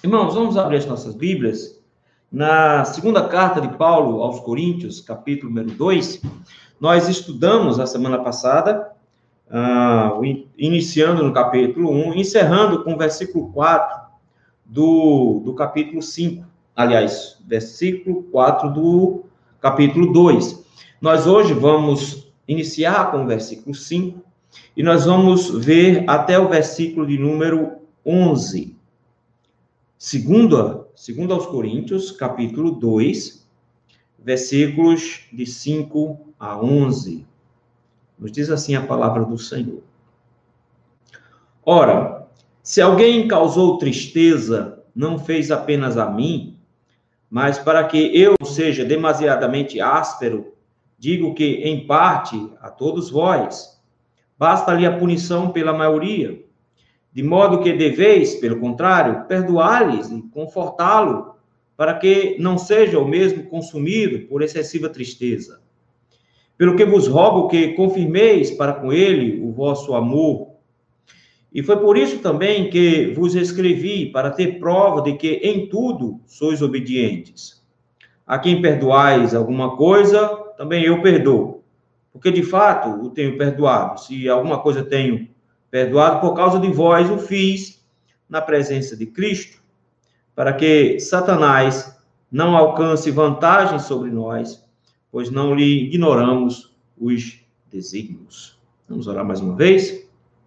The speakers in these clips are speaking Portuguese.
Irmãos, vamos abrir as nossas Bíblias na segunda carta de Paulo aos Coríntios, capítulo número 2. Nós estudamos a semana passada, iniciando no capítulo 1, encerrando com o versículo 4 do capítulo 5. Aliás, versículo 4 do capítulo 2. Nós hoje vamos iniciar com o versículo 5 e nós vamos ver até o versículo de número 11. Segundo aos Coríntios, capítulo 2, versículos de 5 a 11. Nos diz assim a palavra do Senhor. Ora, se alguém causou tristeza, não fez apenas a mim, mas para que eu seja demasiadamente áspero, digo que, em parte, a todos vós, basta-lhe a punição pela maioria. De modo que deveis, pelo contrário, perdoar-lhes e confortá-lo, para que não seja o mesmo consumido por excessiva tristeza. Pelo que vos rogo que confirmeis para com ele o vosso amor. E foi por isso também que vos escrevi, para ter prova de que em tudo sois obedientes. A quem perdoais alguma coisa, também eu perdoo. Porque de fato o tenho perdoado. Se alguma coisa tenho perdoado, por causa de vós o fiz na presença de Cristo, para que Satanás não alcance vantagem sobre nós, pois não lhe ignoramos os desígnios. Vamos orar mais uma vez?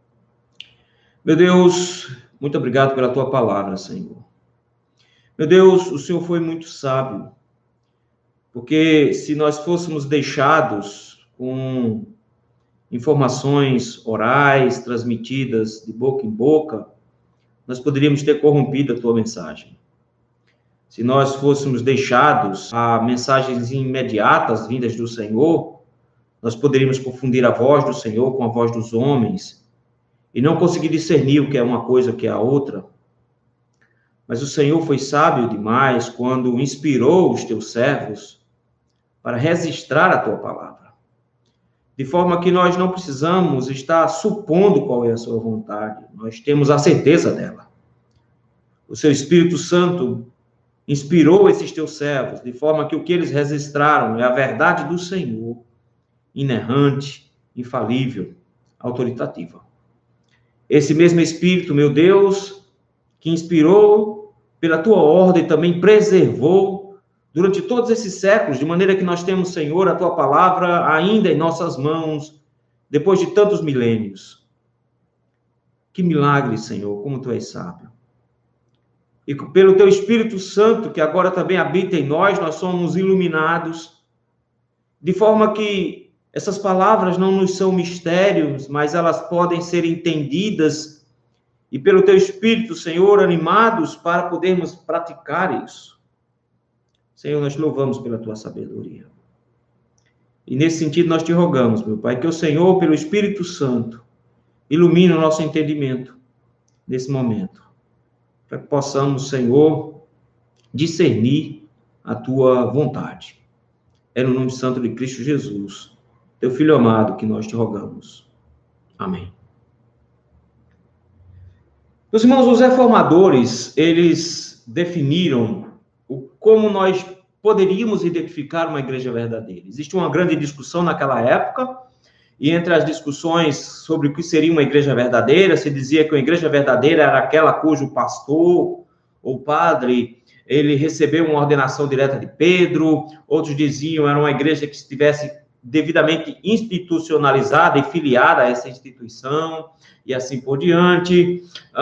Meu Deus, muito obrigado pela tua palavra, Senhor. Meu Deus, o Senhor foi muito sábio, porque se nós fôssemos deixados com informações orais, transmitidas de boca em boca, nós poderíamos ter corrompido a tua mensagem. Se nós fôssemos deixados a mensagens imediatas vindas do Senhor, nós poderíamos confundir a voz do Senhor com a voz dos homens e não conseguir discernir o que é uma coisa, o que é a outra. Mas o Senhor foi sábio demais quando inspirou os teus servos para registrar a tua palavra. De forma que nós não precisamos estar supondo qual é a sua vontade. Nós temos a certeza dela. O seu Espírito Santo inspirou esses teus servos, de forma que o que eles registraram é a verdade do Senhor, inerrante, infalível, autoritativa. Esse mesmo Espírito, meu Deus, que inspirou pela tua ordem, também preservou durante todos esses séculos, de maneira que nós temos, Senhor, a tua palavra ainda em nossas mãos, depois de tantos milênios. Que milagre, Senhor, como tu és sábio. E pelo teu Espírito Santo, que agora também habita em nós, nós somos iluminados, de forma que essas palavras não nos são mistérios, mas elas podem ser entendidas, e pelo teu Espírito, Senhor, animados para podermos praticar isso. Senhor, nós te louvamos pela tua sabedoria. E nesse sentido nós te rogamos, meu Pai, que o Senhor, pelo Espírito Santo, ilumine o nosso entendimento nesse momento, para que possamos, Senhor, discernir a tua vontade. É no nome santo de Cristo Jesus, teu Filho amado, que nós te rogamos. Amém. Meus irmãos, os reformadores, eles definiram como nós poderíamos identificar uma igreja verdadeira. Existe uma grande discussão naquela época, e entre as discussões sobre o que seria uma igreja verdadeira, se dizia que uma igreja verdadeira era aquela cujo pastor ou padre, ele recebeu uma ordenação direta de Pedro, outros diziam que era uma igreja que estivesse devidamente institucionalizada e filiada a essa instituição, e assim por diante.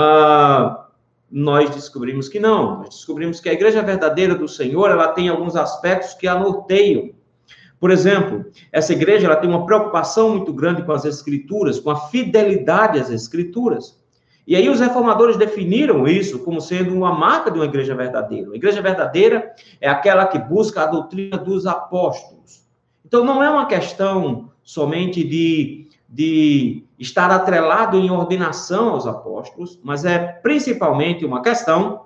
Nós descobrimos que não. Nós descobrimos que a igreja verdadeira do Senhor, ela tem alguns aspectos que a norteiam. Por exemplo, essa igreja, ela tem uma preocupação muito grande com as Escrituras, com a fidelidade às Escrituras. E aí os reformadores definiram isso como sendo uma marca de uma igreja verdadeira. A igreja verdadeira é aquela que busca a doutrina dos apóstolos. Então, não é uma questão somente de estar atrelado em ordenação aos apóstolos, mas é principalmente uma questão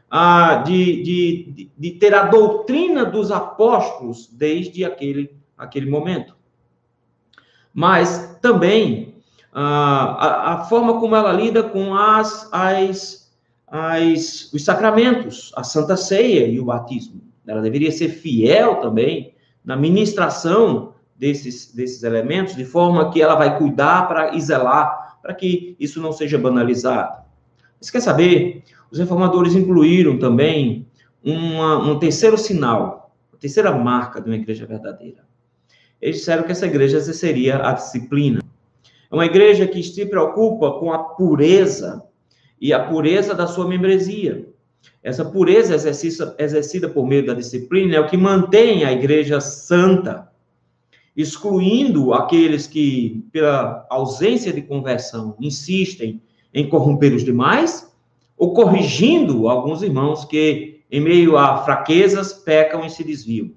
de ter a doutrina dos apóstolos desde aquele momento. Mas também a forma como ela lida com as os sacramentos, a Santa Ceia e o batismo. Ela deveria ser fiel também na ministração desses elementos, de forma que ela vai cuidar e zelar para que isso não seja banalizado. Mas quer saber? Os reformadores incluíram também um terceiro sinal, a terceira marca de uma igreja verdadeira. Eles disseram que essa igreja exerceria a disciplina. É uma igreja que se preocupa com a pureza e a pureza da sua membresia. Essa pureza exercida por meio da disciplina é o que mantém a igreja santa, excluindo aqueles que, pela ausência de conversão, insistem em corromper os demais, ou corrigindo alguns irmãos que, em meio a fraquezas, pecam e se desviam.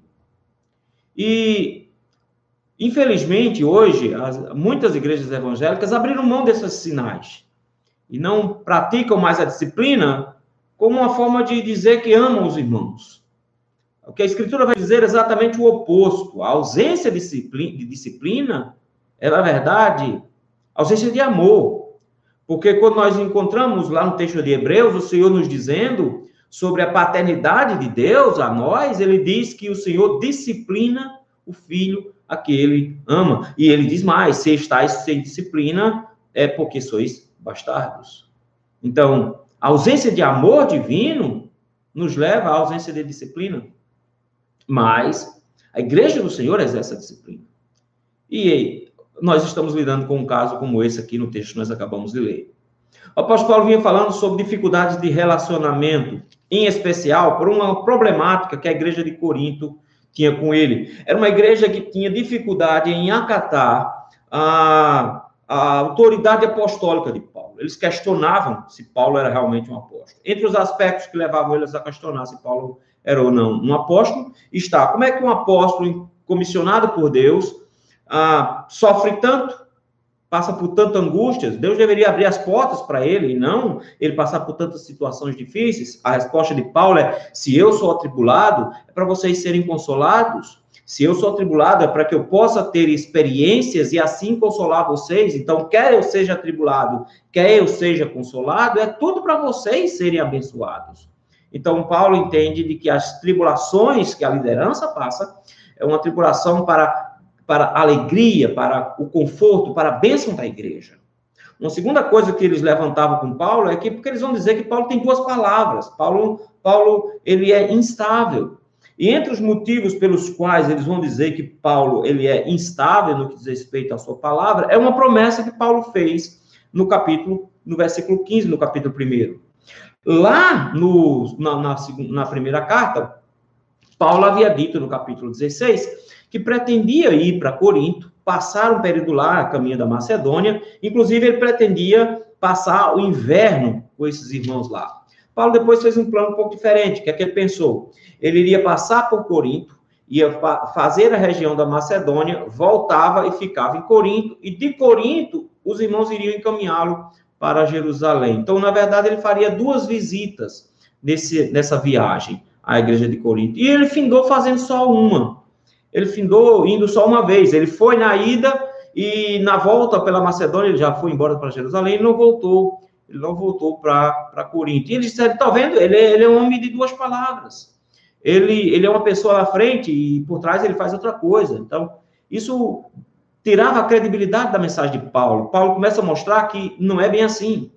E, infelizmente, hoje, muitas igrejas evangélicas abriram mão desses sinais e não praticam mais a disciplina como uma forma de dizer que amam os irmãos. O que a Escritura vai dizer é exatamente o oposto. A ausência de disciplina é, na verdade, ausência de amor. Porque quando nós encontramos lá no texto de Hebreus, o Senhor nos dizendo sobre a paternidade de Deus a nós, ele diz que o Senhor disciplina o filho a que ele ama. E ele diz mais, se estáis sem disciplina, é porque sois bastardos. Então, a ausência de amor divino nos leva à ausência de disciplina. Mas a igreja do Senhor exerce a disciplina. E nós estamos lidando com um caso como esse aqui no texto que nós acabamos de ler. O apóstolo Paulo vinha falando sobre dificuldades de relacionamento, em especial por uma problemática que a igreja de Corinto tinha com ele. Era uma igreja que tinha dificuldade em acatar a autoridade apostólica de Paulo. Eles questionavam se Paulo era realmente um apóstolo. Entre os aspectos que levavam eles a questionar se Paulo era ou não um apóstolo, está como é que um apóstolo comissionado por Deus sofre tanto, passa por tantas angústias. Deus deveria abrir as portas para ele, e não ele passar por tantas situações difíceis. A resposta de Paulo é: se eu sou atribulado, é para vocês serem consolados. Se eu sou atribulado, é para que eu possa ter experiências e assim consolar vocês. Então, quer eu seja atribulado, quer eu seja consolado, é tudo para vocês serem abençoados. Então, Paulo entende de que as tribulações que a liderança passa é uma tribulação para a alegria, para o conforto, para a bênção da igreja. Uma segunda coisa que eles levantavam com Paulo é que, porque eles vão dizer que Paulo tem duas palavras. Paulo ele é instável. E entre os motivos pelos quais eles vão dizer que Paulo ele é instável no que diz respeito à sua palavra, é uma promessa que Paulo fez no versículo 15, no capítulo 1. Lá na primeira carta, Paulo havia dito no capítulo 16 que pretendia ir para Corinto, passar um período lá, a caminho da Macedônia, inclusive ele pretendia passar o inverno com esses irmãos lá. Paulo depois fez um plano um pouco diferente. O que é que ele pensou? Ele iria passar por Corinto, ia fazer a região da Macedônia, voltava e ficava em Corinto, e de Corinto os irmãos iriam encaminhá-lo para Jerusalém. Então, na verdade, ele faria 2 visitas nessa viagem à igreja de Corinto. E ele findou fazendo só uma. Ele findou indo só uma vez. Ele foi na ida e na volta pela Macedônia, ele já foi embora para Jerusalém e não voltou. Ele não voltou para Corinto. E eles disseram: está vendo? Ele é um homem de 2 palavras. Ele é uma pessoa na frente e por trás ele faz outra coisa. Então, isso tirava a credibilidade da mensagem de Paulo. Paulo começa a mostrar que não é bem assim.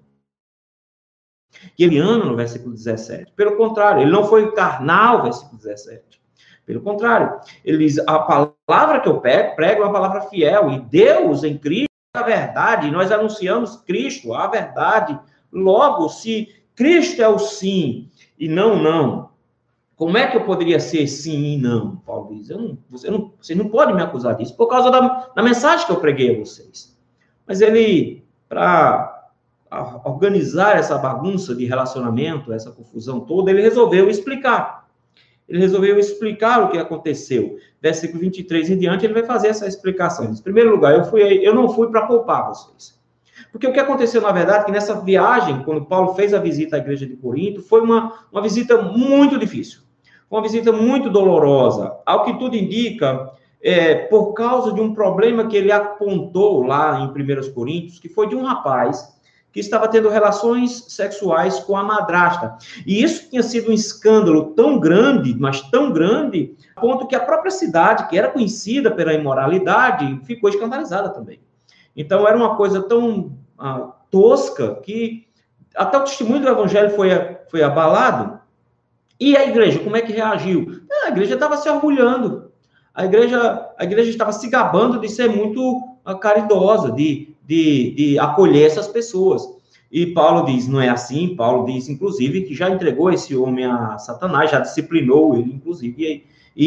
Que ele ama no versículo 17. Pelo contrário, ele não foi carnal, versículo 17. Pelo contrário, ele diz: a palavra que eu prego é uma palavra fiel, e Deus em Cristo é a verdade, e nós anunciamos Cristo, a verdade. Logo, se Cristo é o sim e não, como é que eu poderia ser sim e não? Paulo diz: você não pode me acusar disso por causa da mensagem que eu preguei a vocês. Mas ele, para organizar essa bagunça de relacionamento, essa confusão toda, ele resolveu explicar. Ele resolveu explicar o que aconteceu. Versículo 23 em diante, ele vai fazer essa explicação. Em primeiro lugar, eu não fui para poupar vocês. Porque o que aconteceu, na verdade, que nessa viagem, quando Paulo fez a visita à igreja de Corinto, foi uma visita muito difícil. Uma visita muito dolorosa. Ao que tudo indica, por causa de um problema que ele apontou lá em 1 Coríntios, que foi de um rapaz que estava tendo relações sexuais com a madrasta. E isso tinha sido um escândalo tão grande, mas tão grande, a ponto que a própria cidade, que era conhecida pela imoralidade, ficou escandalizada também. Então, era uma coisa tão tosca que até o testemunho do evangelho foi abalado. E a igreja, como é que reagiu? A igreja estava se orgulhando. A igreja estava se gabando de ser muito caridosa, de acolher essas pessoas. E Paulo diz, não é assim? Paulo diz, inclusive, que já entregou esse homem a Satanás, já disciplinou ele, inclusive.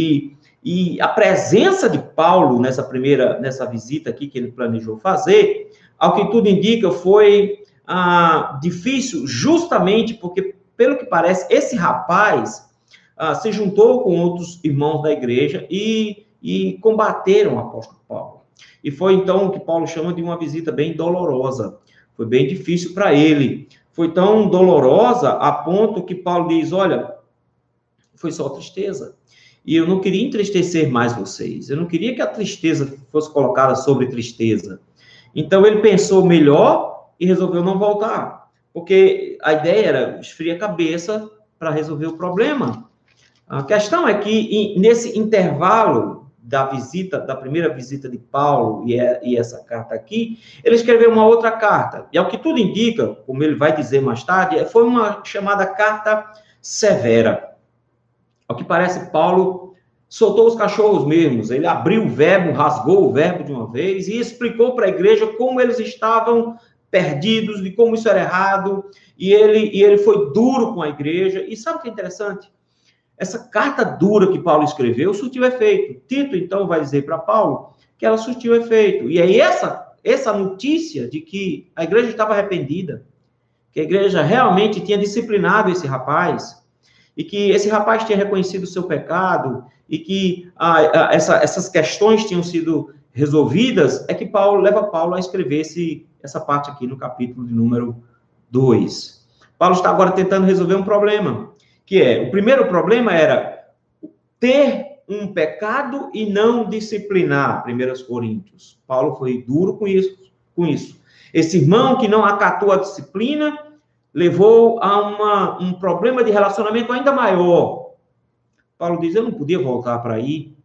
E a presença de Paulo nessa visita aqui que ele planejou fazer, ao que tudo indica, foi difícil, justamente porque, pelo que parece, esse rapaz se juntou com outros irmãos da igreja e combateram o apóstolo Paulo. E foi, então, o que Paulo chama de uma visita bem dolorosa. Foi bem difícil para ele. Foi tão dolorosa a ponto que Paulo diz, olha, foi só tristeza. E eu não queria entristecer mais vocês. Eu não queria que a tristeza fosse colocada sobre tristeza. Então, ele pensou melhor e resolveu não voltar. Porque a ideia era esfriar a cabeça para resolver o problema. A questão é que, nesse intervalo da primeira visita de Paulo e essa carta aqui, ele escreveu uma outra carta. E ao que tudo indica, como ele vai dizer mais tarde, foi uma chamada carta severa. Ao que parece, Paulo soltou os cachorros mesmos. Ele abriu o verbo, rasgou o verbo de uma vez e explicou para a igreja como eles estavam perdidos, de como isso era errado. E ele foi duro com a igreja. E sabe o que é interessante? Essa carta dura que Paulo escreveu surtiu efeito. Tito, então, vai dizer para Paulo que ela surtiu efeito. E aí essa notícia de que a igreja estava arrependida, que a igreja realmente tinha disciplinado esse rapaz, e que esse rapaz tinha reconhecido o seu pecado, e que essas questões tinham sido resolvidas, é que leva Paulo a escrever essa parte aqui no capítulo de número 2. Paulo está agora tentando resolver um problema, que o primeiro problema era ter um pecado e não disciplinar, 1 Coríntios. Paulo foi duro com isso. Esse irmão que não acatou a disciplina levou a um problema de relacionamento ainda maior. Paulo diz, eu não podia voltar para aí,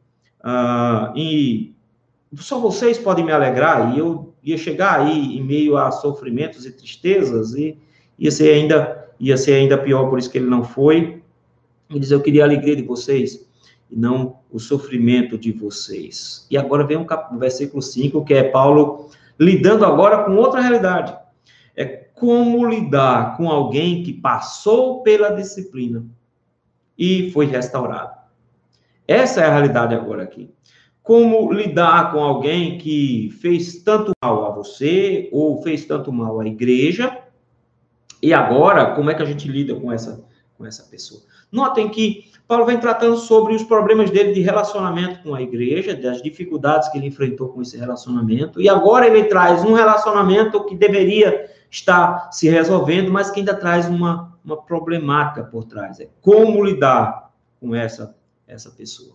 e só vocês podem me alegrar, e eu ia chegar aí em meio a sofrimentos e tristezas, e ia ser ainda pior, por isso que ele não foi. Ele diz, eu queria a alegria de vocês, e não o sofrimento de vocês. E agora vem o versículo 5, que é Paulo lidando agora com outra realidade. É como lidar com alguém que passou pela disciplina e foi restaurado. Essa é a realidade agora aqui. Como lidar com alguém que fez tanto mal a você, ou fez tanto mal à igreja, e agora, como é que a gente lida com essa pessoa? Notem que Paulo vem tratando sobre os problemas dele de relacionamento com a igreja, das dificuldades que ele enfrentou com esse relacionamento, e agora ele traz um relacionamento que deveria estar se resolvendo, mas que ainda traz uma problemática por trás. É como lidar com essa pessoa.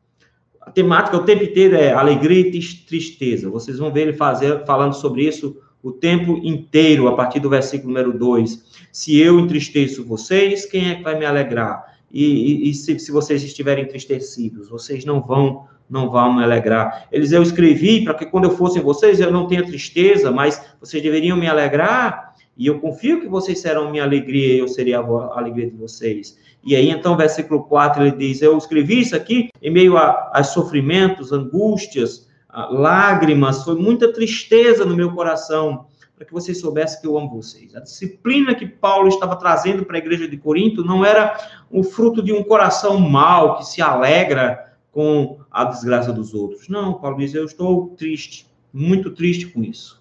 A temática o tempo inteiro é alegria e tristeza. Vocês vão ver ele falando sobre isso o tempo inteiro, a partir do versículo número 2. Se eu entristeço vocês, quem é que vai me alegrar? E se vocês estiverem entristecidos, vocês não vão me alegrar. Eu escrevi para que quando eu fosse em vocês, eu não tenha tristeza, mas vocês deveriam me alegrar, e eu confio que vocês serão minha alegria, e eu seria a alegria de vocês. E aí, então, versículo 4, ele diz, eu escrevi isso aqui em meio a sofrimentos, angústias, lágrimas, foi muita tristeza no meu coração, para que vocês soubessem que eu amo vocês. A disciplina que Paulo estava trazendo para a igreja de Corinto não era o fruto de um coração mau, que se alegra com a desgraça dos outros. Não, Paulo diz, eu estou triste, muito triste com isso.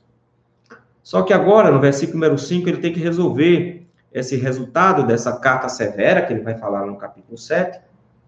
Só que agora, no versículo número 5, ele tem que resolver esse resultado dessa carta severa, que ele vai falar no capítulo 7,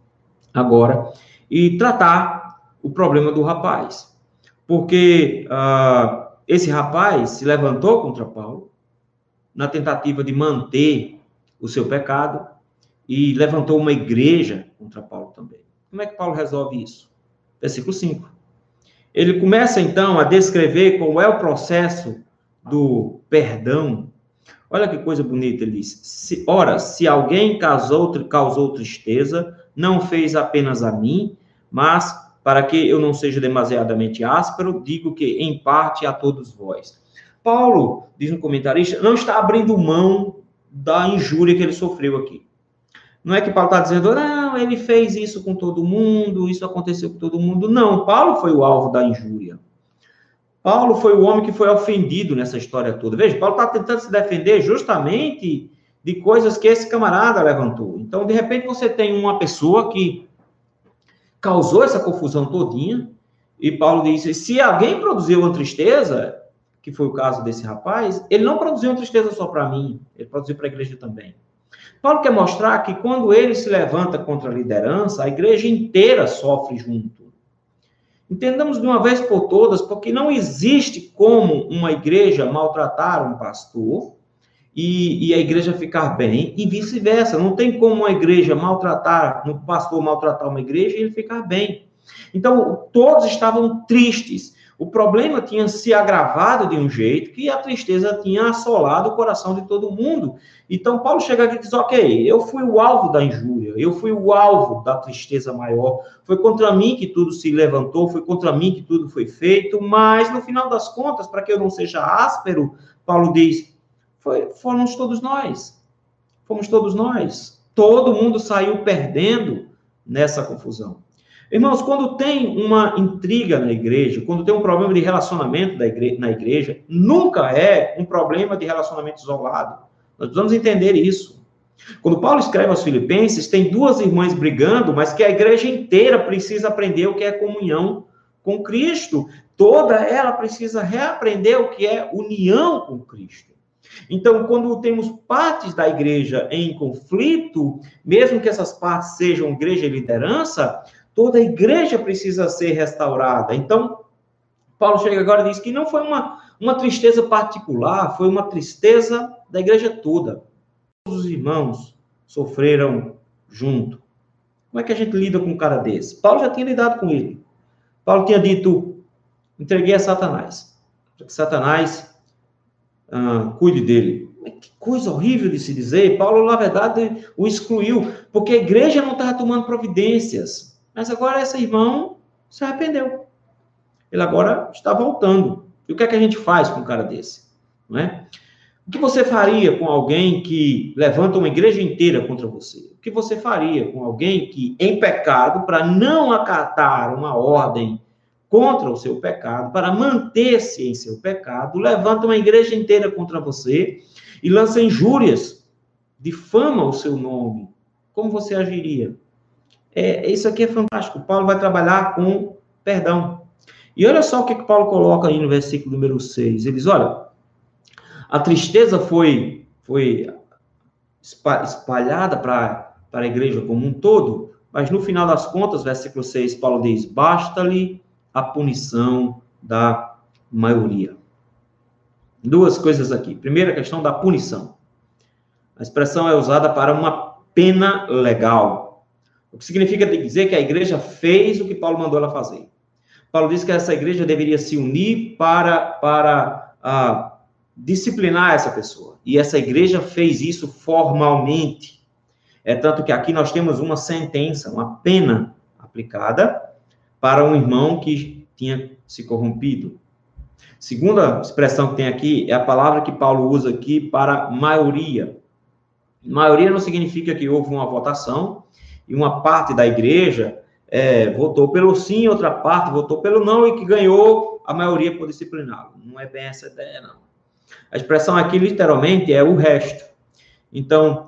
agora, e tratar o problema do rapaz. Porque esse rapaz se levantou contra Paulo, na tentativa de manter o seu pecado, e levantou uma igreja contra Paulo também. Como é que Paulo resolve isso? Versículo 5. Ele começa, então, a descrever qual é o processo do perdão Olha que coisa bonita, ele diz. Ora, se alguém causou tristeza, não fez apenas a mim, mas para que eu não seja demasiadamente áspero, digo que em parte a todos vós. Paulo, diz um comentarista, não está abrindo mão da injúria que ele sofreu aqui. Não é que Paulo está dizendo, não, ele fez isso com todo mundo, isso aconteceu com todo mundo. Não, Paulo foi o alvo da injúria. Paulo foi o homem que foi ofendido nessa história toda. Veja, Paulo está tentando se defender justamente de coisas que esse camarada levantou. Então, de repente, você tem uma pessoa que causou essa confusão todinha, e Paulo diz, se alguém produziu uma tristeza, que foi o caso desse rapaz, ele não produziu uma tristeza só para mim, ele produziu para a igreja também. Paulo quer mostrar que quando ele se levanta contra a liderança, a igreja inteira sofre junto. Entendamos de uma vez por todas, porque não existe como uma igreja maltratar um pastor e a igreja ficar bem, e vice-versa. Não tem como uma igreja um pastor maltratar uma igreja e ele ficar bem. Então, todos estavam tristes. O problema tinha se agravado de um jeito que a tristeza tinha assolado o coração de todo mundo. Então, Paulo chega aqui e diz, ok, eu fui o alvo da injúria, eu fui o alvo da tristeza maior, foi contra mim que tudo se levantou, foi contra mim que tudo foi feito, mas, no final das contas, para que eu não seja áspero, Paulo diz, fomos todos nós. Todo mundo saiu perdendo nessa confusão. Irmãos, quando tem uma intriga na igreja, quando tem um problema de relacionamento na igreja, nunca é um problema de relacionamento isolado. Nós precisamos entender isso. Quando Paulo escreve aos Filipenses, tem duas irmãs brigando, mas que a igreja inteira precisa aprender o que é comunhão com Cristo. Toda ela precisa reaprender o que é união com Cristo. Então, quando temos partes da igreja em conflito, mesmo que essas partes sejam igreja e liderança, toda a igreja precisa ser restaurada. Então, Paulo chega agora e diz que não foi uma tristeza particular, foi uma tristeza da igreja toda. Todos os irmãos sofreram junto. Como é que a gente lida com um cara desse? Paulo já tinha lidado com ele. Paulo tinha dito, entreguei a Satanás. Para que Satanás cuide dele. Que coisa horrível de se dizer. Paulo, na verdade, o excluiu, porque a igreja não estava tomando providências. Mas agora esse irmão se arrependeu. Ele agora está voltando. E o que é que a gente faz com um cara desse? Não é? O que você faria com alguém que levanta uma igreja inteira contra você? O que você faria com alguém que, em pecado, para não acatar uma ordem contra o seu pecado, para manter-se em seu pecado, levanta uma igreja inteira contra você e lança injúrias, difama o seu nome? Como você agiria? Isso aqui é fantástico. Paulo vai trabalhar com perdão. E olha só o que Paulo coloca aí no versículo número 6. Ele diz, olha, a tristeza foi espalhada para a igreja como um todo, mas no final das contas, versículo 6, Paulo diz, basta-lhe a punição da maioria. Duas coisas aqui. Primeira, a questão da punição. A expressão é usada para uma pena legal. O que significa dizer que a igreja fez o que Paulo mandou ela fazer. Paulo diz que essa igreja deveria se unir para disciplinar essa pessoa. E essa igreja fez isso formalmente. É tanto que aqui nós temos uma sentença, uma pena aplicada para um irmão que tinha se corrompido. Segunda expressão que tem aqui é a palavra que Paulo usa aqui para maioria. Maioria não significa que houve uma votação e uma parte da igreja votou pelo sim, outra parte votou pelo não e que ganhou a maioria por discipliná-lo. Não é bem essa ideia, não. A expressão aqui, literalmente, é o resto. Então,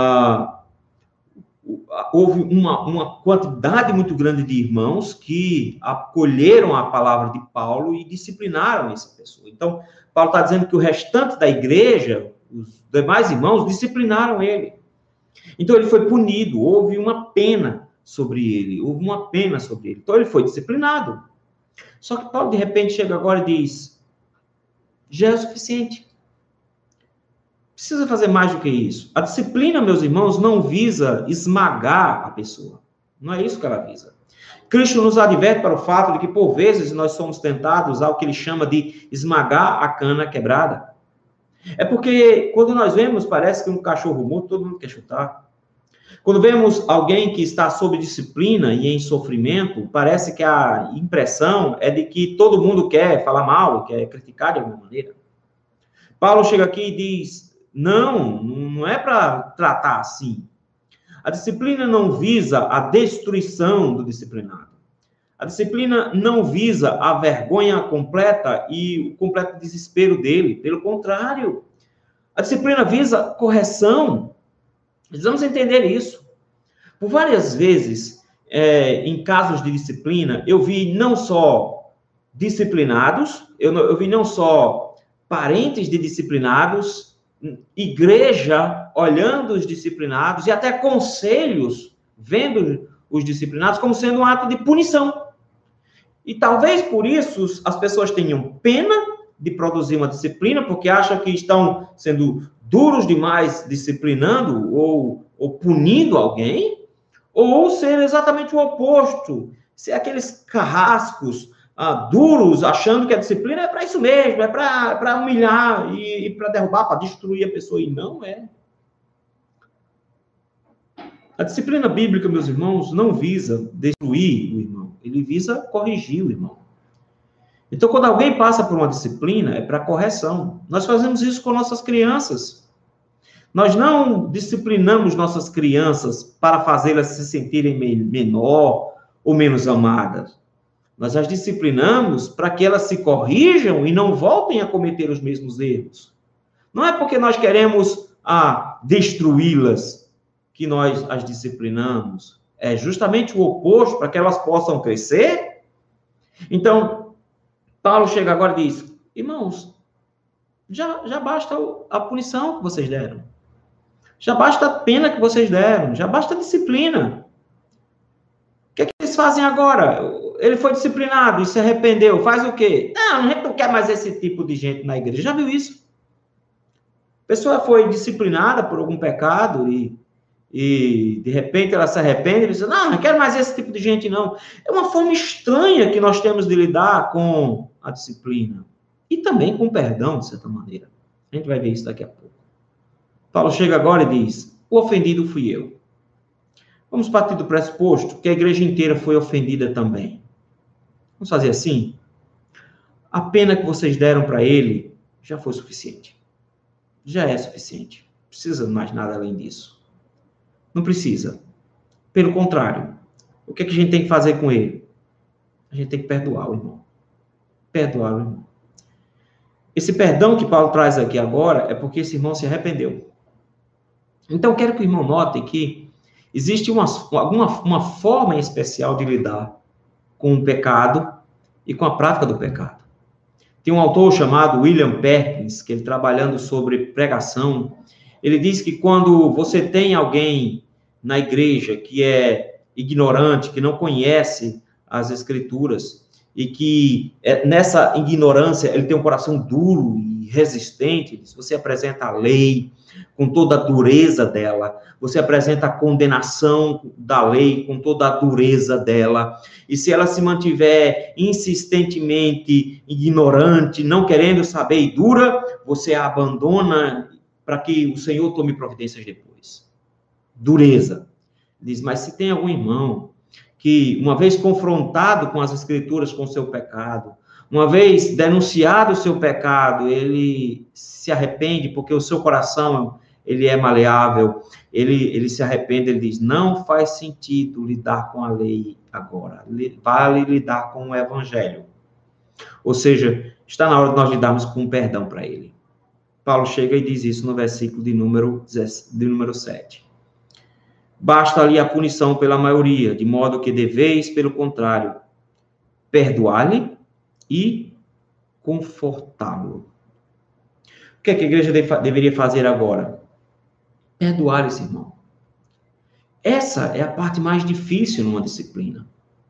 houve uma quantidade muito grande de irmãos que acolheram a palavra de Paulo e disciplinaram essa pessoa. Então, Paulo está dizendo que o restante da igreja, os demais irmãos, disciplinaram ele. Então, ele foi punido, houve uma pena sobre ele, Então, ele foi disciplinado. Só que Paulo, de repente, chega agora e diz, já é o suficiente. Precisa fazer mais do que isso. A disciplina, meus irmãos, não visa esmagar a pessoa. Não é isso que ela visa. Cristo nos adverte para o fato de que, por vezes, nós somos tentados ao que ele chama de esmagar a cana quebrada. É porque quando nós vemos, parece que um cachorro morto, todo mundo quer chutar. Quando vemos alguém que está sob disciplina e em sofrimento, parece que a impressão é de que todo mundo quer falar mal, quer criticar de alguma maneira. Paulo chega aqui e diz, não é para tratar assim. A disciplina não visa a destruição do disciplinado. A disciplina não visa a vergonha completa e o completo desespero dele. Pelo contrário, a disciplina visa correção. Precisamos entender isso. Por várias vezes, em casos de disciplina, eu vi não só disciplinados, eu vi não só parentes de disciplinados, igreja olhando os disciplinados e até conselhos vendo os disciplinados como sendo um ato de punição. E talvez por isso as pessoas tenham pena de produzir uma disciplina, porque acham que estão sendo duros demais disciplinando ou punindo alguém, ou ser exatamente o oposto, ser aqueles carrascos duros, achando que a disciplina é para isso mesmo, é para humilhar e para derrubar, para destruir a pessoa, e não é. A disciplina bíblica, meus irmãos, não visa destruir o irmão, ele visa corrigir o irmão. Então, quando alguém passa por uma disciplina, é para correção. Nós fazemos isso com nossas crianças. Nós não disciplinamos nossas crianças para fazê-las se sentirem menor ou menos amadas. Nós as disciplinamos para que elas se corrijam e não voltem a cometer os mesmos erros. Não é porque nós queremos destruí-las que nós as disciplinamos. É justamente o oposto, para que elas possam crescer. Então, Paulo chega agora e diz, irmãos, já basta a punição que vocês deram. Já basta a pena que vocês deram. Já basta a disciplina. O que é que eles fazem agora? Ele foi disciplinado e se arrependeu. Faz o quê? Não, a gente não quer mais esse tipo de gente na igreja. Já viu isso? A pessoa foi disciplinada por algum pecado e de repente ela se arrepende e diz, não quero mais esse tipo de gente, não. É uma forma estranha que nós temos de lidar com a disciplina. E também com o perdão, de certa maneira. A gente vai ver isso daqui a pouco. Paulo chega agora e diz, o ofendido fui eu. Vamos partir do pressuposto que a igreja inteira foi ofendida também. Vamos fazer assim? A pena que vocês deram para ele já foi suficiente. Já é suficiente. Não precisa mais nada além disso. Não precisa. Pelo contrário, o que a gente tem que fazer com ele? A gente tem que perdoar o irmão. Perdoar o irmão. Esse perdão que Paulo traz aqui agora é porque esse irmão se arrependeu. Então, quero que o irmão note que existe uma forma em especial de lidar com o pecado e com a prática do pecado. Tem um autor chamado William Perkins, que ele trabalhando sobre pregação, ele diz que quando você tem alguém na igreja que é ignorante, que não conhece as escrituras, e que nessa ignorância ele tem um coração duro e resistente, você apresenta a lei com toda a dureza dela, você apresenta a condenação da lei com toda a dureza dela, e se ela se mantiver insistentemente ignorante, não querendo saber e dura, você a abandona para que o Senhor tome providências depois. Dureza. Diz, mas se tem algum irmão que, uma vez confrontado com as escrituras, com o seu pecado, uma vez denunciado o seu pecado, ele se arrepende, porque o seu coração, ele é maleável, ele se arrepende, ele diz, não faz sentido lidar com a lei agora, vale lidar com o evangelho. Ou seja, está na hora de nós lidarmos com o perdão para ele. Paulo chega e diz isso no versículo de número 7. Basta ali a punição pela maioria, de modo que deveis, pelo contrário, perdoar-lhe e confortá-lo. O que é que a igreja deveria fazer agora? Perdoar esse irmão. Essa é a parte mais difícil numa disciplina.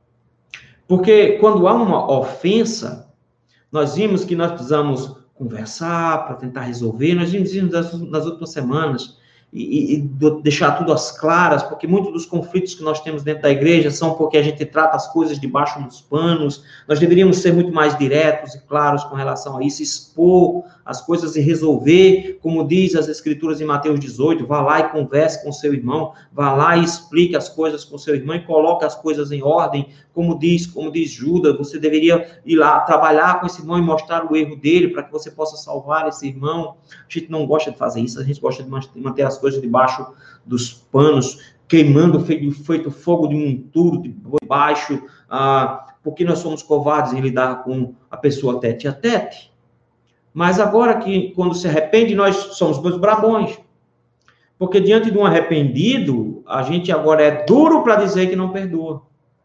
Porque quando há uma ofensa, nós vimos que nós precisamos conversar para tentar resolver. Nós vimos nas últimas semanas deixar tudo às claras, porque muitos dos conflitos que nós temos dentro da igreja são porque a gente trata as coisas debaixo dos panos. Nós deveríamos ser muito mais diretos e claros com relação a isso, expor as coisas e resolver, como diz as Escrituras em Mateus 18, vá lá e converse com seu irmão, vá lá e explique as coisas com seu irmão e coloque as coisas em ordem, como diz Judas, você deveria ir lá trabalhar com esse irmão e mostrar o erro dele, para que você possa salvar esse irmão. A gente não gosta de fazer isso, a gente gosta de manter as coisas debaixo dos panos, queimando, feito fogo de monturo debaixo, porque nós somos covardes em lidar com a pessoa tete a tete. Mas agora que, quando se arrepende, nós somos dois brabões. Porque diante de um arrependido, a gente agora é duro para dizer que não perdoa.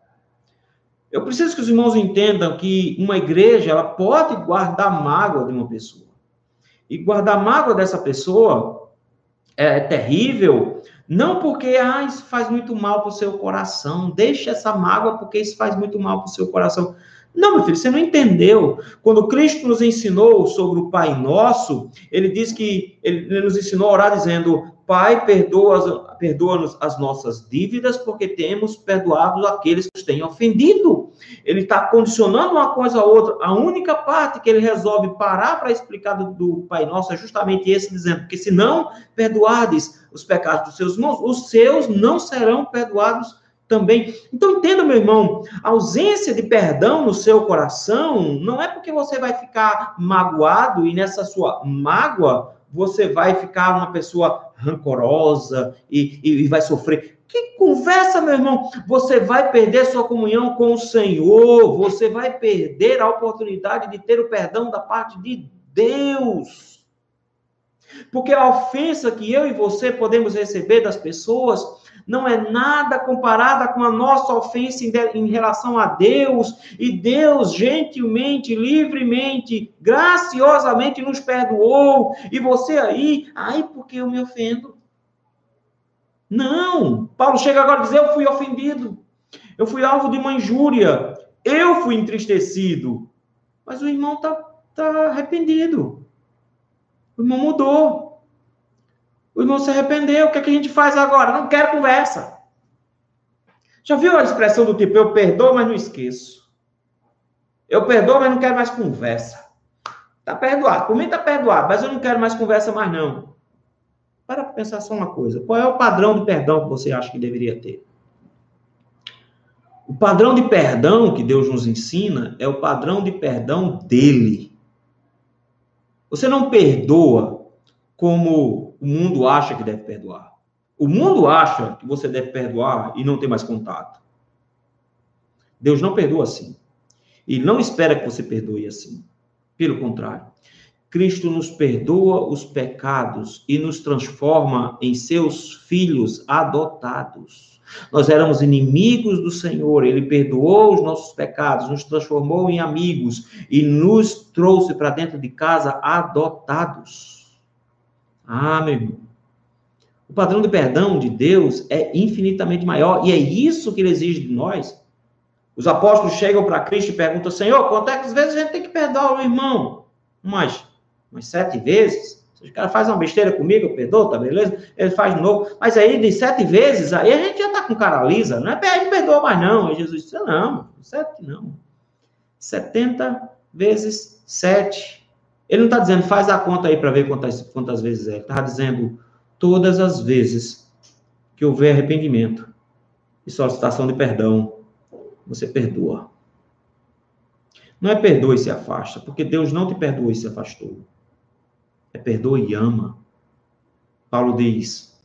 Eu preciso que os irmãos entendam que uma igreja, ela pode guardar mágoa de uma pessoa. E guardar mágoa dessa pessoa é terrível, não porque isso faz muito mal para o seu coração. Deixa essa mágoa porque isso faz muito mal para o seu coração. Não, meu filho, você não entendeu. Quando Cristo nos ensinou sobre o Pai Nosso, ele diz que ele nos ensinou a orar dizendo: Pai, perdoa-nos as nossas dívidas, porque temos perdoado aqueles que nos têm ofendido. Ele está condicionando uma coisa a outra. A única parte que ele resolve parar para explicar do Pai Nosso é justamente esse, dizendo: porque se não perdoardes os pecados dos seus irmãos, os seus não serão perdoados também. Então, entenda, meu irmão, a ausência de perdão no seu coração não é porque você vai ficar magoado e nessa sua mágoa você vai ficar uma pessoa rancorosa e vai sofrer. Que conversa, meu irmão! Você vai perder sua comunhão com o Senhor, você vai perder a oportunidade de ter o perdão da parte de Deus. Porque a ofensa que eu e você podemos receber das pessoas não é nada comparada com a nossa ofensa em relação a Deus, e Deus gentilmente, livremente, graciosamente nos perdoou, e você porque eu me ofendo? Não, Paulo chega agora a dizer: eu fui ofendido, eu fui alvo de uma injúria, eu fui entristecido, mas o irmão está arrependido, o irmão mudou. O irmão se arrependeu. O que é que a gente faz agora? Não quero conversa. Já viu a expressão do tipo: eu perdoo, mas não esqueço? Eu perdoo, mas não quero mais conversa. Está perdoado. Por mim está perdoado, mas eu não quero mais conversa mais não. Para pensar só uma coisa. Qual é o padrão de perdão que você acha que deveria ter? O padrão de perdão que Deus nos ensina é o padrão de perdão dele. Você não perdoa como o mundo acha que deve perdoar. O mundo acha que você deve perdoar e não ter mais contato. Deus não perdoa assim. E não espera que você perdoe assim. Pelo contrário, Cristo nos perdoa os pecados e nos transforma em seus filhos adotados. Nós éramos inimigos do Senhor, Ele perdoou os nossos pecados, nos transformou em amigos e nos trouxe para dentro de casa adotados. Meu irmão, o padrão de perdão de Deus é infinitamente maior, e é isso que Ele exige de nós. Os apóstolos chegam para Cristo e perguntam: Senhor, quantas vezes a gente tem que perdoar o irmão? Umas 7 vezes. Se o cara faz uma besteira comigo, eu perdoo, tá beleza? Ele faz de novo. Mas aí, de 7 vezes, aí a gente já tá com cara lisa. Não perdoa mais não. Aí Jesus disse: não, 7 não. 70 vezes 7. Ele não está dizendo: faz a conta aí para ver quantas vezes é. Ele está dizendo: todas as vezes que houver arrependimento e solicitação de perdão, você perdoa. Não é perdoa e se afasta, porque Deus não te perdoou e se afastou. É perdoa e ama. Paulo diz: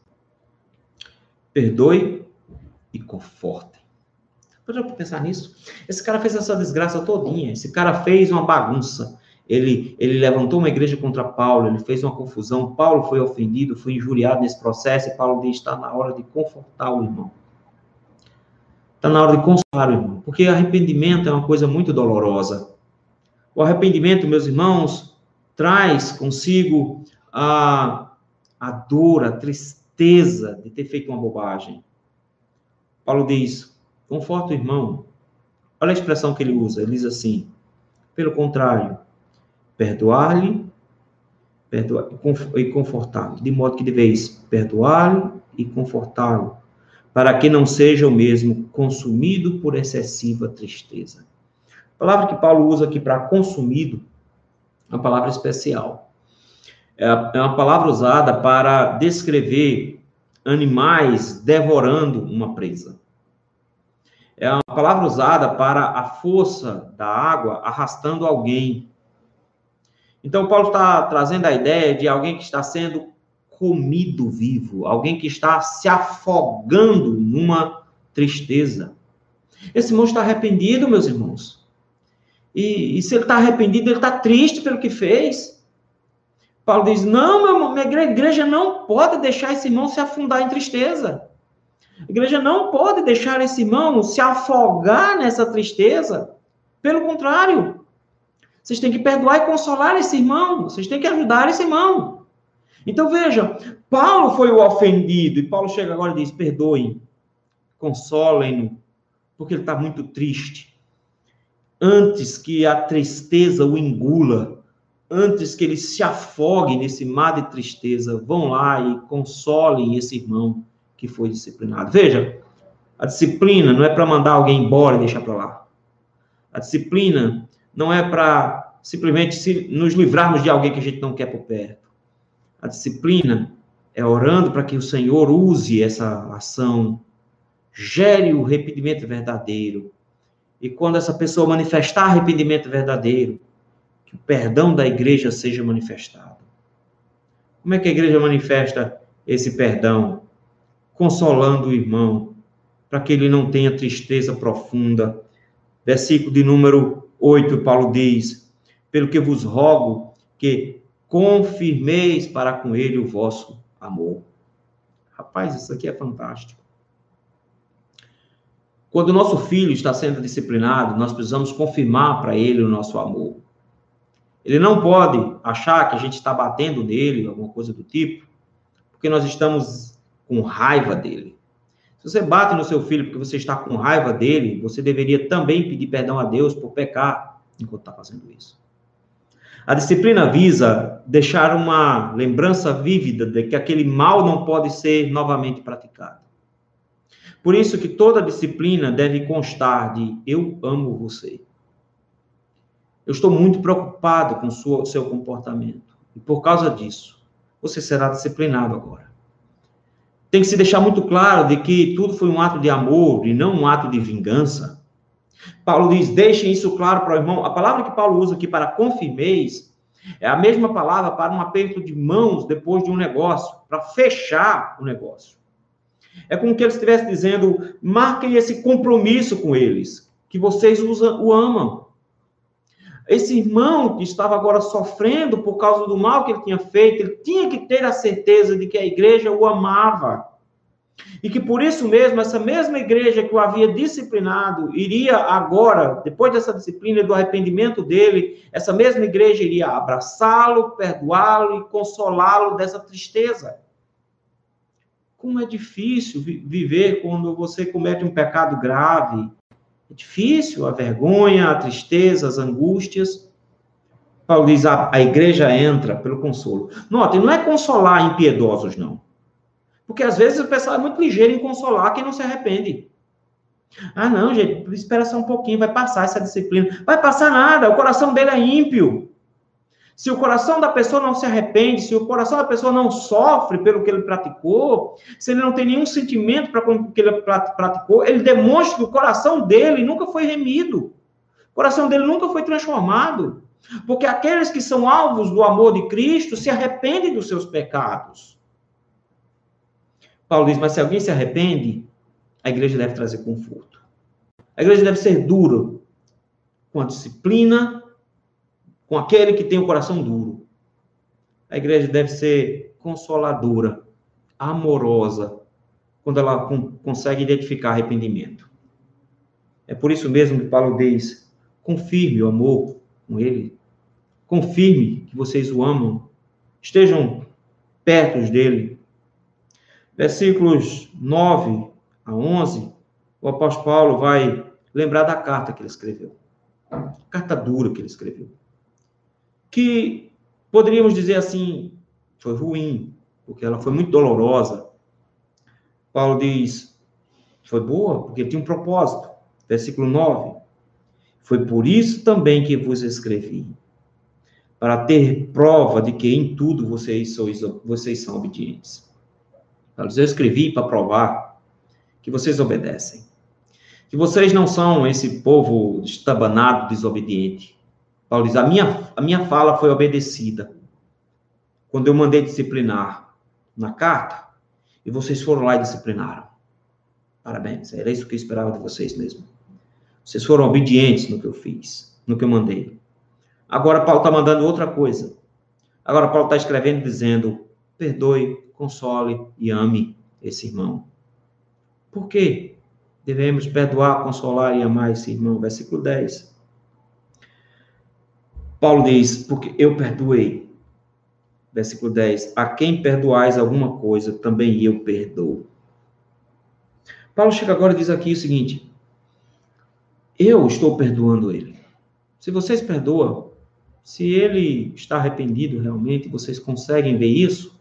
perdoe e conforte. Pode pensar nisso? Esse cara fez essa desgraça todinha. Esse cara fez uma bagunça. Ele levantou uma igreja contra Paulo, ele fez uma confusão. Paulo foi ofendido, foi injuriado nesse processo, e Paulo diz: está na hora de confortar o irmão. Está na hora de consolar o irmão, porque arrependimento é uma coisa muito dolorosa. O arrependimento, meus irmãos, traz consigo a dor, a tristeza de ter feito uma bobagem. Paulo diz: conforta o irmão. Olha a expressão que ele usa, ele diz assim: pelo contrário, perdoar-lhe perdoar e confortá-lo, de modo que deveis perdoá-lo e confortá-lo, para que não seja o mesmo consumido por excessiva tristeza. A palavra que Paulo usa aqui para consumido é uma palavra especial. É uma palavra usada para descrever animais devorando uma presa. É uma palavra usada para a força da água arrastando alguém. Então, Paulo está trazendo a ideia de alguém que está sendo comido vivo, alguém que está se afogando numa tristeza. Esse irmão está arrependido, meus irmãos. E se ele está arrependido, ele está triste pelo que fez. Paulo diz, não, meu irmão, minha igreja não pode deixar esse irmão se afundar em tristeza. A igreja não pode deixar esse irmão se afogar nessa tristeza. Pelo contrário, vocês têm que perdoar e consolar esse irmão. Vocês têm que ajudar esse irmão. Então, veja, Paulo foi o ofendido. E Paulo chega agora e diz, perdoem, consolem-no, porque ele está muito triste. Antes que a tristeza o engula, antes que ele se afogue nesse mar de tristeza, vão lá e consolem esse irmão que foi disciplinado. Veja, a disciplina não é para mandar alguém embora e deixar para lá. A disciplina não é para simplesmente nos livrarmos de alguém que a gente não quer por perto. A disciplina é orando para que o Senhor use essa ação, gere o arrependimento verdadeiro. E quando essa pessoa manifestar arrependimento verdadeiro, que o perdão da igreja seja manifestado. Como é que a igreja manifesta esse perdão? Consolando o irmão, para que ele não tenha tristeza profunda. Versículo de número 8, Paulo diz, pelo que vos rogo que confirmeis para com ele o vosso amor. Rapaz, isso aqui é fantástico. Quando o nosso filho está sendo disciplinado, nós precisamos confirmar para ele o nosso amor. Ele não pode achar que a gente está batendo nele, alguma coisa do tipo, porque nós estamos com raiva dele. Se você bate no seu filho porque você está com raiva dele, você deveria também pedir perdão a Deus por pecar enquanto está fazendo isso. A disciplina visa deixar uma lembrança vívida de que aquele mal não pode ser novamente praticado. Por isso que toda disciplina deve constar de eu amo você. Eu estou muito preocupado com o seu comportamento. E por causa disso, você será disciplinado agora. Tem que se deixar muito claro de que tudo foi um ato de amor e não um ato de vingança. Paulo diz, deixem isso claro para o irmão. A palavra que Paulo usa aqui para confirmeis é a mesma palavra para um aperto de mãos depois de um negócio, para fechar o negócio. É como que ele estivesse dizendo, marquem esse compromisso com eles, que vocês o amam. Esse irmão que estava agora sofrendo por causa do mal que ele tinha feito, ele tinha que ter a certeza de que a igreja o amava. E que por isso mesmo, essa mesma igreja que o havia disciplinado, iria agora, depois dessa disciplina do arrependimento dele, essa mesma igreja iria abraçá-lo, perdoá-lo e consolá-lo dessa tristeza. Como é difícil viver quando você comete um pecado grave. É difícil, a vergonha, a tristeza, as angústias. Paulo diz, a igreja entra pelo consolo. Notem, não é consolar impiedosos, não. Porque às vezes o pessoal é muito ligeiro em consolar quem não se arrepende. Ah, não, gente, espera só um pouquinho, vai passar essa disciplina. Vai passar nada, o coração dele é ímpio. Se o coração da pessoa não se arrepende, se o coração da pessoa não sofre pelo que ele praticou, se ele não tem nenhum sentimento para o que ele praticou, ele demonstra que o coração dele nunca foi remido. O coração dele nunca foi transformado. Porque aqueles que são alvos do amor de Cristo se arrependem dos seus pecados. Paulo diz, mas se alguém se arrepende, a igreja deve trazer conforto. A igreja deve ser dura com a disciplina, com aquele que tem o coração duro. A igreja deve ser consoladora, amorosa, quando ela consegue identificar arrependimento. É por isso mesmo que Paulo diz, confirme o amor com ele, confirme que vocês o amam, estejam perto dele. Versículos 9 a 11, o apóstolo Paulo vai lembrar da carta que ele escreveu, carta dura que ele escreveu, que Poderíamos dizer assim, foi ruim, porque ela foi muito dolorosa. Paulo diz, foi boa, porque tinha um propósito. Versículo 9. Foi por isso também que vos escrevi, para ter prova de que em tudo vocês são obedientes. Paulo diz, eu escrevi para provar que vocês obedecem. Que vocês não são esse povo estabanado, desobediente. Paulo diz, a minha fala foi obedecida. Quando eu mandei disciplinar na carta, e vocês foram lá e disciplinaram. Parabéns, era isso que eu esperava de vocês mesmo. Vocês foram obedientes no que eu fiz, no que eu mandei. Agora Paulo está mandando outra coisa. Agora Paulo está escrevendo dizendo, perdoe, console e ame esse irmão. Por quê? Devemos perdoar, consolar e amar esse irmão. Versículo 10. Paulo diz, porque eu perdoei. Versículo 10. A quem perdoais alguma coisa, também eu perdoo. Paulo chega agora e diz aqui o seguinte, eu estou perdoando ele. Se vocês perdoam, se ele está arrependido realmente, vocês conseguem ver isso,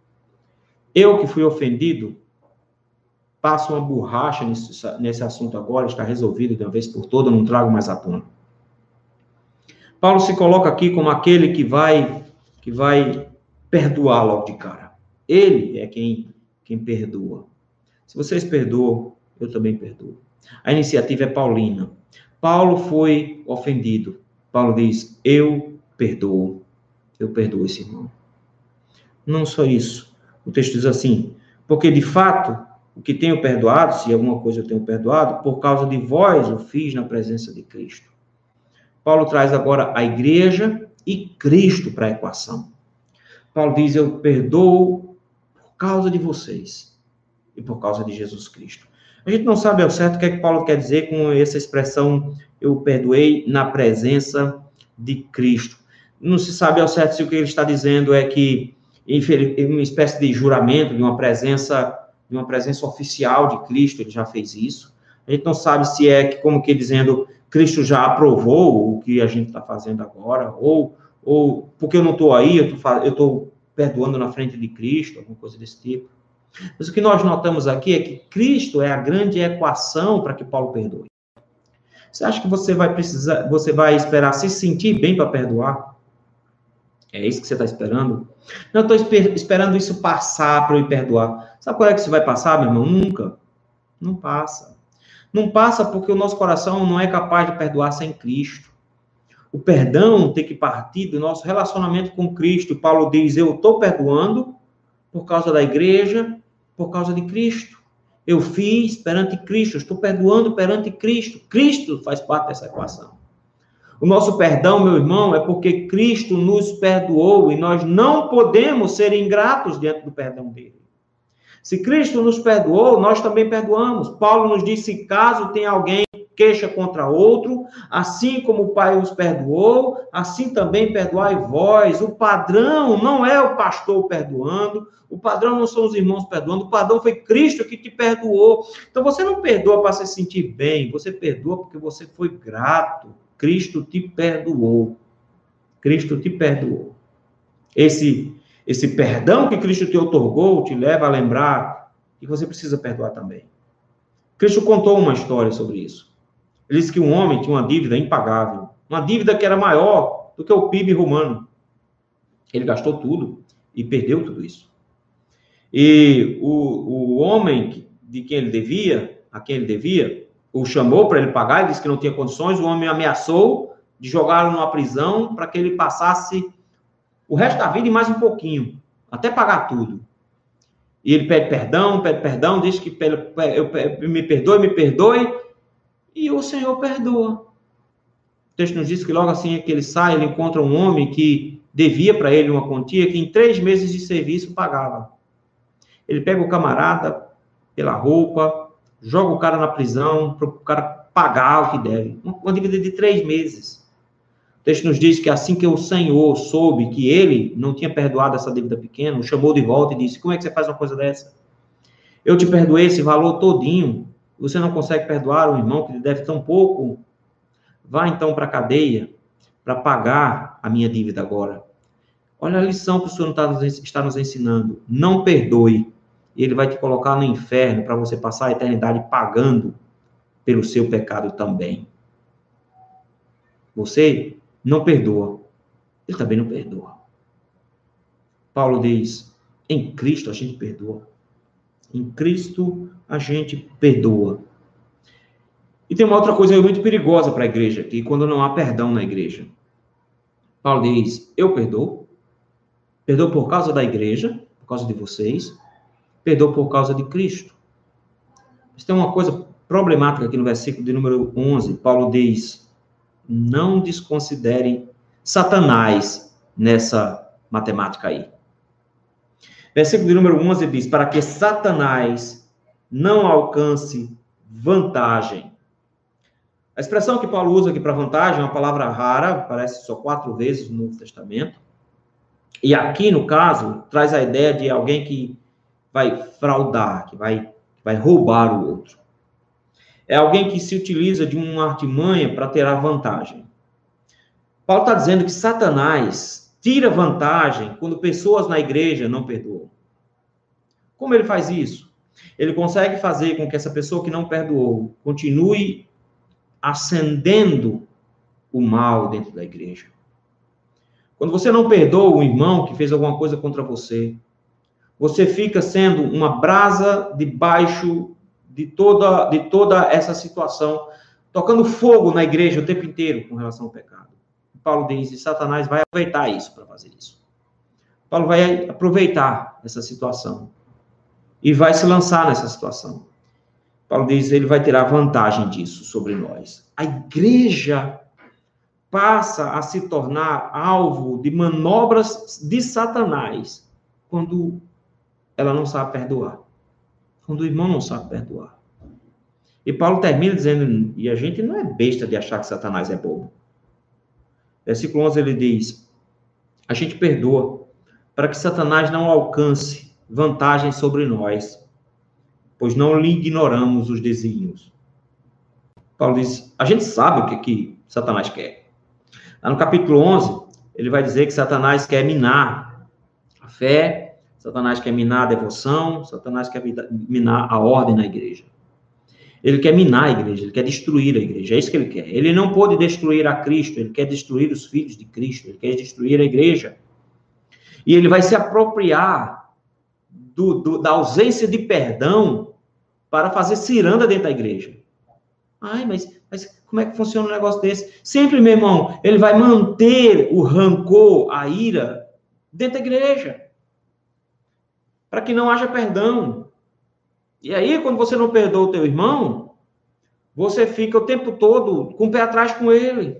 eu que fui ofendido, passo uma borracha nesse assunto agora, está resolvido de uma vez por todas, não trago mais à tona. Paulo se coloca aqui como aquele que vai perdoar logo de cara. Ele é quem perdoa. Se vocês perdoam, eu também perdoo. A iniciativa é paulina. Paulo foi ofendido. Paulo diz, eu perdoo esse irmão. Não só isso. O texto diz assim, porque de fato, o que tenho perdoado, se alguma coisa eu tenho perdoado, por causa de vós o fiz na presença de Cristo. Paulo traz agora a igreja e Cristo para a equação. Paulo diz, eu perdoo por causa de vocês e por causa de Jesus Cristo. A gente não sabe ao certo o que é que Paulo quer dizer com essa expressão, eu perdoei na presença de Cristo. Não se sabe ao certo se o que ele está dizendo é que, uma espécie de juramento, de uma presença oficial de Cristo, ele já fez isso. A gente não sabe se é como que dizendo, Cristo já aprovou o que a gente está fazendo agora, ou porque eu não estou aí, eu estou perdoando na frente de Cristo, alguma coisa desse tipo. Mas o que nós notamos aqui é que Cristo é a grande equação para que Paulo perdoe. Você acha que você vai esperar se sentir bem para perdoar? É isso que você está esperando? Não, estou esperando isso passar para eu perdoar. Sabe qual é que isso vai passar, meu irmão? Nunca. Não passa. Não passa porque o nosso coração não é capaz de perdoar sem Cristo. O perdão tem que partir do nosso relacionamento com Cristo. Paulo diz, eu estou perdoando por causa da igreja, por causa de Cristo. Eu fiz perante Cristo, estou perdoando perante Cristo. Cristo faz parte dessa equação. O nosso perdão, meu irmão, é porque Cristo nos perdoou e nós não podemos ser ingratos diante do perdão dele. Se Cristo nos perdoou, nós também perdoamos. Paulo nos diz, se caso tem alguém queixa contra outro, assim como o Pai os perdoou, assim também perdoai vós. O padrão não é o pastor perdoando, o padrão não são os irmãos perdoando, o padrão foi Cristo que te perdoou. Então você não perdoa para se sentir bem, você perdoa porque você foi grato. Cristo te perdoou. Cristo te perdoou. Esse perdão que Cristo te otorgou te leva a lembrar que você precisa perdoar também. Cristo contou uma história sobre isso. Ele disse que um homem tinha uma dívida impagável, uma dívida que era maior do que o PIB romano. Ele gastou tudo e perdeu tudo isso. E o homem a quem ele devia, o chamou para ele pagar, ele disse que não tinha condições, o homem ameaçou de jogá-lo numa prisão para que ele passasse o resto da vida e mais um pouquinho, até pagar tudo. E ele pede perdão, diz que me perdoe, e o Senhor perdoa. O texto nos diz que logo assim que ele sai, ele encontra um homem que devia para ele uma quantia que em 3 meses de serviço pagava. Ele pega o camarada pela roupa, joga o cara na prisão, para o cara pagar o que deve. Uma dívida de 3 meses. O texto nos diz que assim que o Senhor soube que ele não tinha perdoado essa dívida pequena, o chamou de volta e disse, como é que você faz uma coisa dessa? Eu te perdoei esse valor todinho, você não consegue perdoar um irmão que lhe deve tão pouco? Vá então para a cadeia para pagar a minha dívida agora. Olha a lição que o Senhor está nos ensinando. Não perdoe. Ele vai te colocar no inferno para você passar a eternidade pagando pelo seu pecado também. Você não perdoa. Ele também não perdoa. Paulo diz, em Cristo a gente perdoa. Em Cristo a gente perdoa. E tem uma outra coisa muito perigosa para a igreja, que quando não há perdão na igreja. Paulo diz, eu perdoo. Perdoo por causa da igreja, por causa de vocês. Perdoo por causa de Cristo. Mas tem uma coisa problemática aqui no versículo de número 11. Paulo diz, não desconsiderem Satanás nessa matemática aí. Versículo de número 11 diz, para que Satanás não alcance vantagem. A expressão que Paulo usa aqui para vantagem é uma palavra rara, aparece só 4 vezes no Novo Testamento. E aqui, no caso, traz a ideia de alguém que vai fraudar, que vai roubar o outro. É alguém que se utiliza de uma artimanha para ter a vantagem. Paulo está dizendo que Satanás tira vantagem quando pessoas na igreja não perdoam. Como ele faz isso? Ele consegue fazer com que essa pessoa que não perdoou continue acendendo o mal dentro da igreja. Quando você não perdoa um irmão que fez alguma coisa contra você, você fica sendo uma brasa debaixo de toda essa situação, tocando fogo na igreja o tempo inteiro com relação ao pecado. Paulo diz, e Satanás vai aproveitar isso para fazer isso. Paulo vai aproveitar essa situação e vai se lançar nessa situação. Paulo diz, ele vai tirar vantagem disso sobre nós. A igreja passa a se tornar alvo de manobras de Satanás quando ela não sabe perdoar. Quando o irmão não sabe perdoar. E Paulo termina dizendo, e a gente não é besta de achar que Satanás é bobo. Versículo 11 ele diz, a gente perdoa para que Satanás não alcance vantagem sobre nós, pois não lhe ignoramos os desígnios. Paulo diz, a gente sabe o que Satanás quer. Lá no capítulo 11, ele vai dizer que Satanás quer minar a fé, Satanás quer minar a devoção, Satanás quer minar a ordem na igreja. Ele quer minar a igreja, ele quer destruir a igreja, é isso que ele quer. Ele não pode destruir a Cristo, ele quer destruir os filhos de Cristo, ele quer destruir a igreja. E ele vai se apropriar da ausência de perdão para fazer ciranda dentro da igreja. Ai, mas como é que funciona um negócio desse? Sempre, meu irmão, ele vai manter o rancor, a ira, dentro da igreja. Para que não haja perdão. E aí, quando você não perdoa o teu irmão, você fica o tempo todo com o pé atrás com ele.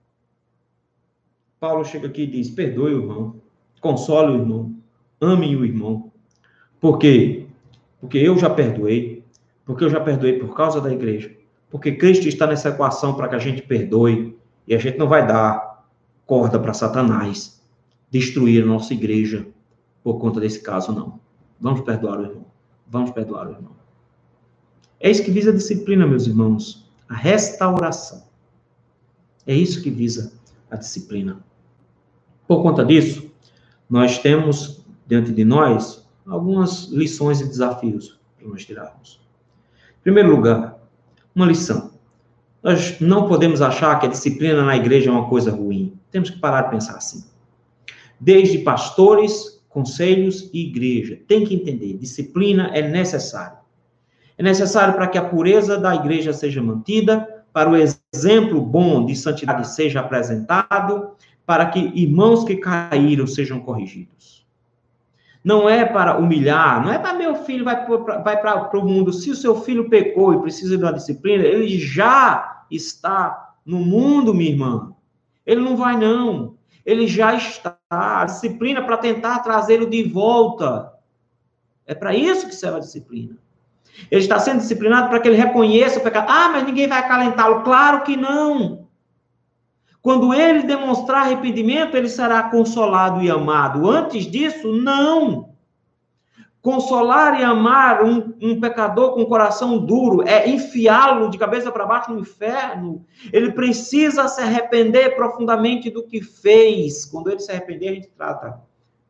Paulo chega aqui e diz, perdoe o irmão, console o irmão, ame o irmão. Por quê? Porque eu já perdoei, porque eu já perdoei por causa da igreja, porque Cristo está nessa equação para que a gente perdoe, e a gente não vai dar corda para Satanás destruir a nossa igreja por conta desse caso, não. Vamos perdoar o irmão. Vamos perdoar o irmão. É isso que visa a disciplina, meus irmãos. A restauração. É isso que visa a disciplina. Por conta disso, nós temos diante de nós algumas lições e desafios para nós tirarmos. Em primeiro lugar, uma lição. Nós não podemos achar que a disciplina na igreja é uma coisa ruim. Temos que parar de pensar assim. Desde pastores, conselhos e igreja. Tem que entender, disciplina é necessário. É necessário para que a pureza da igreja seja mantida, para o exemplo bom de santidade seja apresentado, para que irmãos que caíram sejam corrigidos. Não é para humilhar, não é para meu filho vai para o mundo. Se o seu filho pecou e precisa de uma disciplina, ele já está no mundo, minha irmã. Ele não vai, não. Ele já está. A disciplina para tentar trazê-lo de volta. É para isso que serve a disciplina. Ele está sendo disciplinado para que ele reconheça o pecado. Ah, mas ninguém vai acalentá-lo. Claro que não. Quando ele demonstrar arrependimento, ele será consolado e amado. Antes disso, não. Consolar e amar um pecador com coração duro é enfiá-lo de cabeça para baixo no inferno. Ele precisa se arrepender profundamente do que fez. Quando ele se arrepender, a gente trata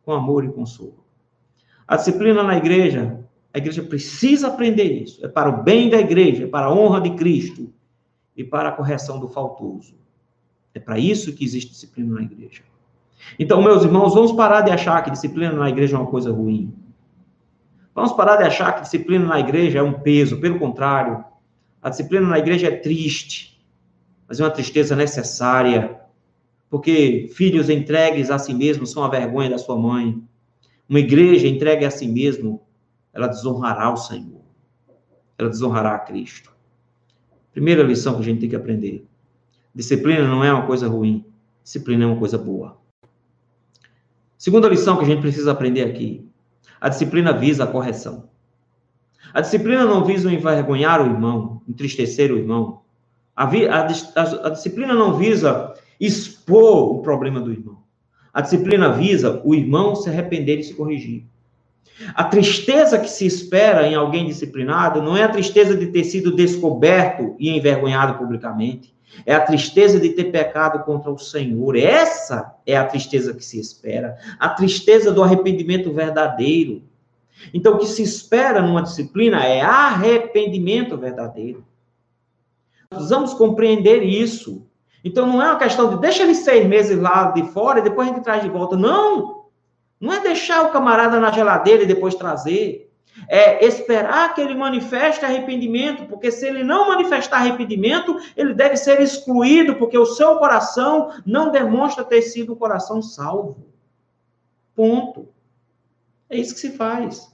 com amor e consolo. A disciplina na igreja, a igreja precisa aprender isso. É para o bem da igreja, é para a honra de Cristo e para a correção do faltoso. É para isso que existe disciplina na igreja. Então, meus irmãos, vamos parar de achar que disciplina na igreja é uma coisa ruim. Vamos parar de achar que disciplina na igreja é um peso. Pelo contrário, a disciplina na igreja é triste, mas é uma tristeza necessária, porque filhos entregues a si mesmos são a vergonha da sua mãe. Uma igreja entregue a si mesmo, ela desonrará o Senhor. Ela desonrará a Cristo. Primeira lição que a gente tem que aprender. Disciplina não é uma coisa ruim. Disciplina é uma coisa boa. Segunda lição que a gente precisa aprender aqui. A disciplina visa a correção. A disciplina não visa envergonhar o irmão, entristecer o irmão. A disciplina não visa expor o problema do irmão. A disciplina visa o irmão se arrepender e se corrigir. A tristeza que se espera em alguém disciplinado não é a tristeza de ter sido descoberto e envergonhado publicamente. É a tristeza de ter pecado contra o Senhor. Essa é a tristeza que se espera. A tristeza do arrependimento verdadeiro. Então, o que se espera numa disciplina é arrependimento verdadeiro. Precisamos compreender isso. Então, não é uma questão de deixa ele 6 meses lá de fora e depois a gente traz de volta. Não! Não é deixar o camarada na geladeira e depois trazer. É esperar que ele manifeste arrependimento, porque se ele não manifestar arrependimento, ele deve ser excluído, porque o seu coração não demonstra ter sido um coração salvo. Ponto. É isso que se faz.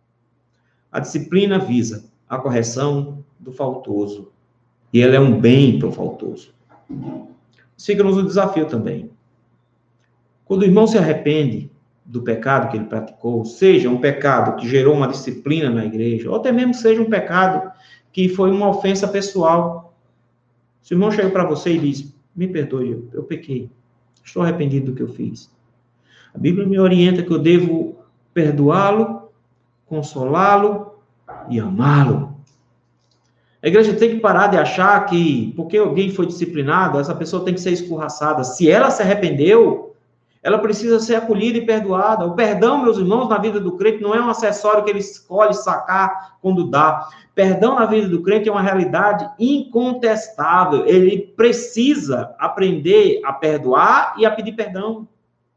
A disciplina visa a correção do faltoso. E ela é um bem para o faltoso. Fica-nos o desafio também. Quando o irmão se arrepende do pecado que ele praticou, seja um pecado que gerou uma disciplina na igreja, ou até mesmo seja um pecado que foi uma ofensa pessoal. Se o irmão chega para você e diz, me perdoe, eu pequei, estou arrependido do que eu fiz. A Bíblia me orienta que eu devo perdoá-lo, consolá-lo e amá-lo. A igreja tem que parar de achar que, porque alguém foi disciplinado, essa pessoa tem que ser escorraçada. Se ela se arrependeu, ela precisa ser acolhida e perdoada. O perdão, meus irmãos, na vida do crente não é um acessório que ele escolhe sacar quando dá. Perdão na vida do crente é uma realidade incontestável. Ele precisa aprender a perdoar e a pedir perdão.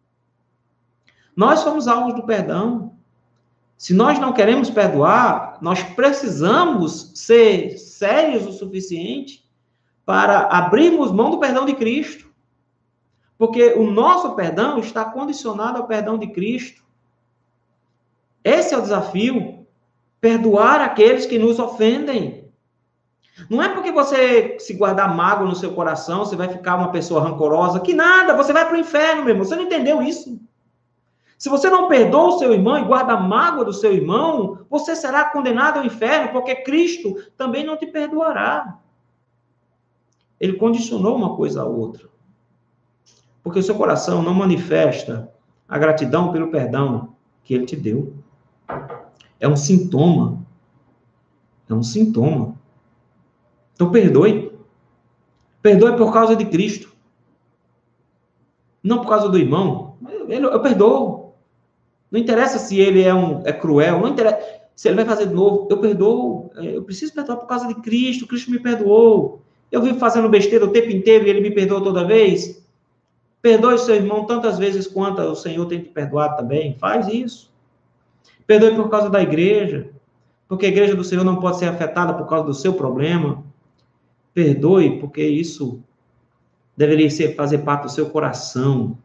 Nós somos alvos do perdão. Se nós não queremos perdoar, nós precisamos ser sérios o suficiente para abrirmos mão do perdão de Cristo. Porque o nosso perdão está condicionado ao perdão de Cristo. Esse é o desafio. Perdoar aqueles que nos ofendem. Não é porque você se guardar mágoa no seu coração, você vai ficar uma pessoa rancorosa, que nada, você vai para o inferno, meu irmão. Você não entendeu isso? Se você não perdoa o seu irmão e guarda a mágoa do seu irmão, você será condenado ao inferno, porque Cristo também não te perdoará. Ele condicionou uma coisa à outra. Porque o seu coração não manifesta a gratidão pelo perdão que ele te deu. É um sintoma. É um sintoma. Então, perdoe. Perdoe por causa de Cristo. Não por causa do irmão. Eu perdoo. Não interessa se ele é cruel. Não interessa se ele vai fazer de novo. Eu perdoo. Eu preciso perdoar por causa de Cristo. Cristo me perdoou. Eu vivo fazendo besteira o tempo inteiro e ele me perdoa toda vez. Perdoe seu irmão tantas vezes quanto o Senhor tem te perdoado também. Faz isso. Perdoe por causa da igreja. Porque a igreja do Senhor não pode ser afetada por causa do seu problema. Perdoe, porque isso deveria fazer parte do seu coração.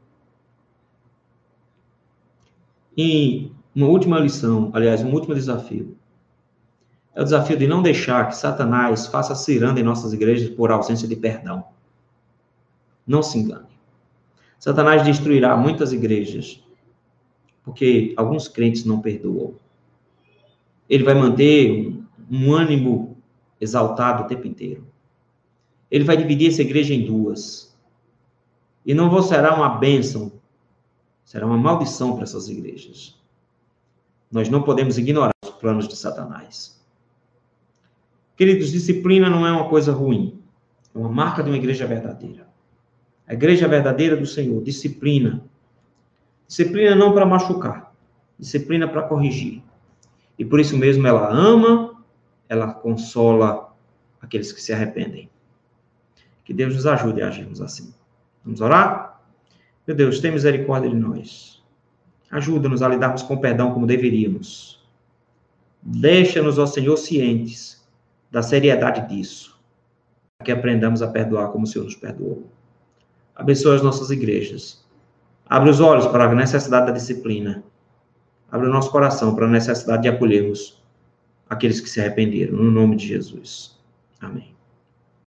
E uma última lição, aliás, um último desafio. É o desafio de não deixar que Satanás faça ciranda em nossas igrejas por ausência de perdão. Não se engane. Satanás destruirá muitas igrejas, porque alguns crentes não perdoam. Ele vai manter um ânimo exaltado o tempo inteiro. Ele vai dividir essa igreja em duas. E não será uma bênção, será uma maldição para essas igrejas. Nós não podemos ignorar os planos de Satanás. Queridos, disciplina não é uma coisa ruim. É uma marca de uma igreja verdadeira. A igreja verdadeira do Senhor, disciplina. Disciplina não para machucar, disciplina para corrigir. E por isso mesmo ela ama, ela consola aqueles que se arrependem. Que Deus nos ajude a agirmos assim. Vamos orar? Meu Deus, tem misericórdia de nós. Ajuda-nos a lidarmos com perdão como deveríamos. Deixa-nos, ó Senhor, cientes da seriedade disso, para que aprendamos a perdoar como o Senhor nos perdoou. Abençoa as nossas igrejas. Abre os olhos para a necessidade da disciplina. Abre o nosso coração para a necessidade de acolhermos aqueles que se arrependeram. No nome de Jesus. Amém.